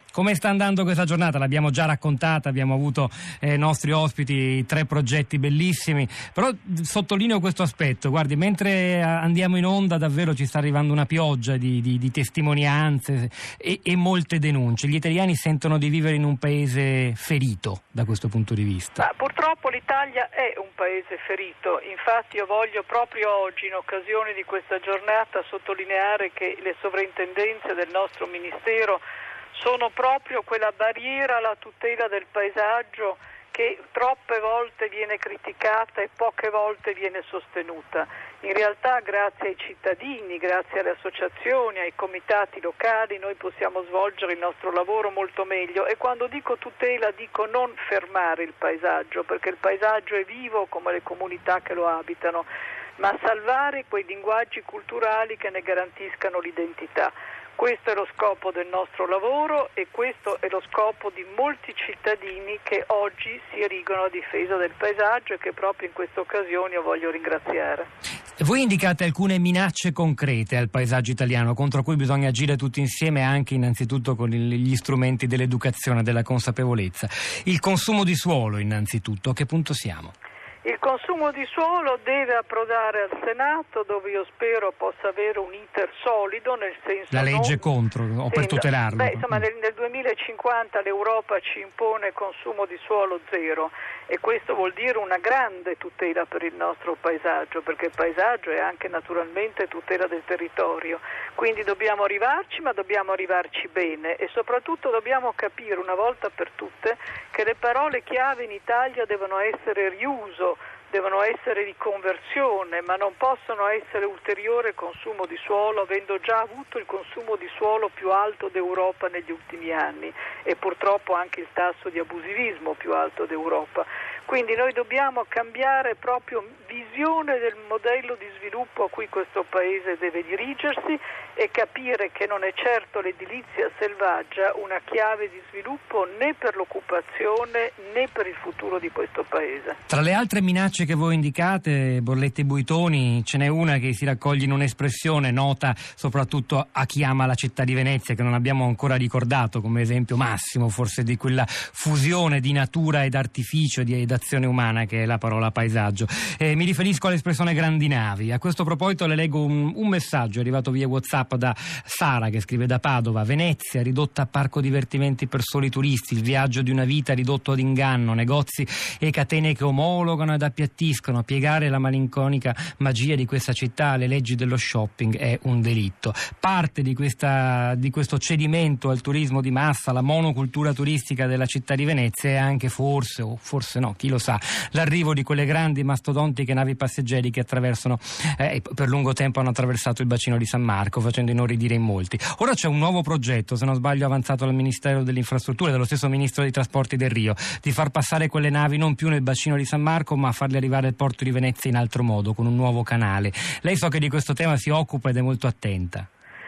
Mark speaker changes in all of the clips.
Speaker 1: Come sta andando questa giornata? L'abbiamo già raccontata, abbiamo avuto nostri ospiti, 3 progetti bellissimi, però sottolineo questo aspetto, guardi, mentre andiamo in onda davvero ci sta arrivando una pioggia di testimonianze e molte denunce. Gli italiani sentono di vivere in un paese ferito da questo punto di vista.
Speaker 2: Ma purtroppo l'Italia è un paese ferito, infatti io voglio proprio oggi, in occasione di questa giornata, sottolineare che le sovrintendenze del nostro Ministero sono proprio quella barriera alla tutela del paesaggio che troppe volte viene criticata e poche volte viene sostenuta. In realtà grazie ai cittadini, grazie alle associazioni, ai comitati locali noi possiamo svolgere il nostro lavoro molto meglio, e quando dico tutela dico non fermare il paesaggio, perché il paesaggio è vivo come le comunità che lo abitano, ma salvare quei linguaggi culturali che ne garantiscano l'identità. Questo è lo scopo del nostro lavoro e questo è lo scopo di molti cittadini che oggi si erigono a difesa del paesaggio e che proprio in questa occasione io voglio ringraziare.
Speaker 1: Voi indicate alcune minacce concrete al paesaggio italiano contro cui bisogna agire tutti insieme, anche innanzitutto con gli strumenti dell'educazione, della consapevolezza. Il consumo di suolo innanzitutto, a che punto siamo?
Speaker 2: Il consumo di suolo deve approdare al Senato, dove io spero possa avere un iter solido, nel senso
Speaker 1: la legge contro o per tutelarlo.
Speaker 2: Nel 2050 l'Europa ci impone consumo di suolo zero e questo vuol dire una grande tutela per il nostro paesaggio, perché il paesaggio è anche naturalmente tutela del territorio. Quindi dobbiamo arrivarci, ma dobbiamo arrivarci bene, e soprattutto dobbiamo capire una volta per tutte che le parole chiave in Italia devono essere riuso, devono essere riconversione, ma non possono essere ulteriore consumo di suolo, avendo già avuto il consumo di suolo più alto d'Europa negli ultimi anni e purtroppo anche il tasso di abusivismo più alto d'Europa. Quindi noi dobbiamo cambiare proprio visione del modello di sviluppo a cui questo Paese deve dirigersi e capire che non è certo l'edilizia selvaggia una chiave di sviluppo né per l'occupazione né per il futuro di questo Paese.
Speaker 1: Tra le altre minacce che voi indicate, Borletti e Buitoni, ce n'è una che si raccoglie in un'espressione nota soprattutto a chi ama la città di Venezia, che non abbiamo ancora ricordato come esempio massimo forse di quella fusione di natura ed artificio, ed azione umana, che è la parola paesaggio. Mi riferisco all'espressione grandi navi. A questo proposito le leggo un messaggio arrivato via WhatsApp da Sara, che scrive da Padova: Venezia ridotta a parco divertimenti per soli turisti, il viaggio di una vita ridotto ad inganno, negozi e catene che omologano ed appiattiscono. Piegare la malinconica magia di questa città alle leggi dello shopping è un delitto. Parte di questo cedimento al turismo di massa, la monocultura turistica della città di Venezia, è anche forse, o forse no, chi lo sa, l'arrivo di quelle grandi mastodontiche navi passeggeri che attraversano per lungo tempo hanno attraversato il bacino di San Marco, facendo inorridire in molti. Ora c'è un nuovo progetto, se non sbaglio avanzato dal Ministero delle Infrastrutture, dallo stesso Ministro dei Trasporti Del Rio, di far passare quelle navi non più nel bacino di San Marco, ma a farle arrivare al porto di Venezia in altro modo, con un nuovo canale. Lei so che di questo tema si occupa ed è molto attenta.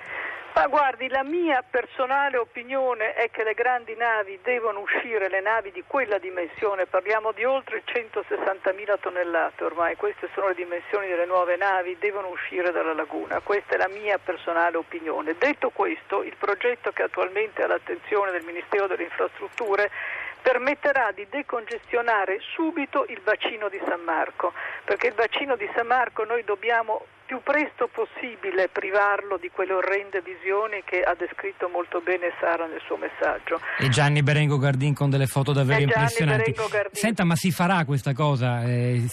Speaker 2: Ma guardi, la mia personale opinione è che le grandi navi devono uscire, le navi di quella dimensione, parliamo di oltre 160.000 tonnellate ormai, queste sono le dimensioni delle nuove navi, devono uscire dalla laguna, questa è la mia personale opinione. Detto questo, il progetto che attualmente è all'attenzione del Ministero delle Infrastrutture permetterà di decongestionare subito il bacino di San Marco, perché il bacino di San Marco noi dobbiamo più presto possibile privarlo di quelle orrende visioni che ha descritto molto bene Sara nel suo messaggio.
Speaker 1: E Gianni Berengo Gardin con delle foto davvero impressionanti. Senta, ma si farà questa cosa?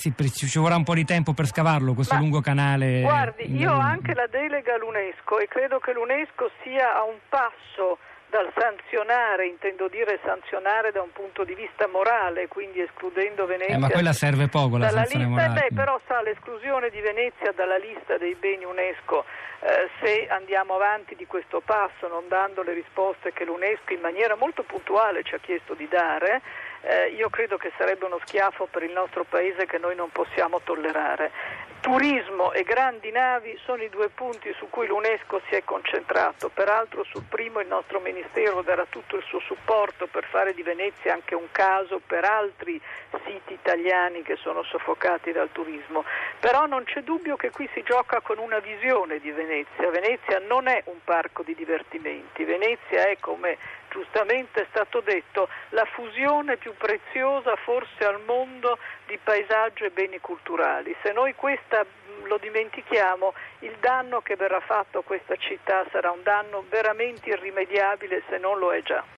Speaker 1: Ci vorrà un po' di tempo per scavarlo, questo lungo canale?
Speaker 2: Guardi, io ho anche la delega all'UNESCO e credo che l'UNESCO sia a un passo dal sanzionare, intendo dire sanzionare da un punto di vista morale, quindi escludendo Venezia.
Speaker 1: Ma quella serve poco, la sanzione morale.
Speaker 2: Però sa, l'esclusione di Venezia dalla lista dei beni UNESCO, se andiamo avanti di questo passo, non dando le risposte che l'UNESCO in maniera molto puntuale ci ha chiesto di dare, io credo che sarebbe uno schiaffo per il nostro Paese che noi non possiamo tollerare. Turismo e grandi navi sono i 2 punti su cui l'UNESCO si è concentrato. Peraltro sul primo il nostro Ministero darà tutto il suo supporto per fare di Venezia anche un caso per altri siti italiani che sono soffocati dal turismo. Però non c'è dubbio che qui si gioca con una visione di Venezia. Venezia non è un parco di divertimenti, Venezia è, come giustamente è stato detto, la fusione più preziosa forse al mondo di paesaggio e beni culturali. Se noi questa lo dimentichiamo, il danno che verrà fatto a questa città sarà un danno veramente irrimediabile, se non lo è già.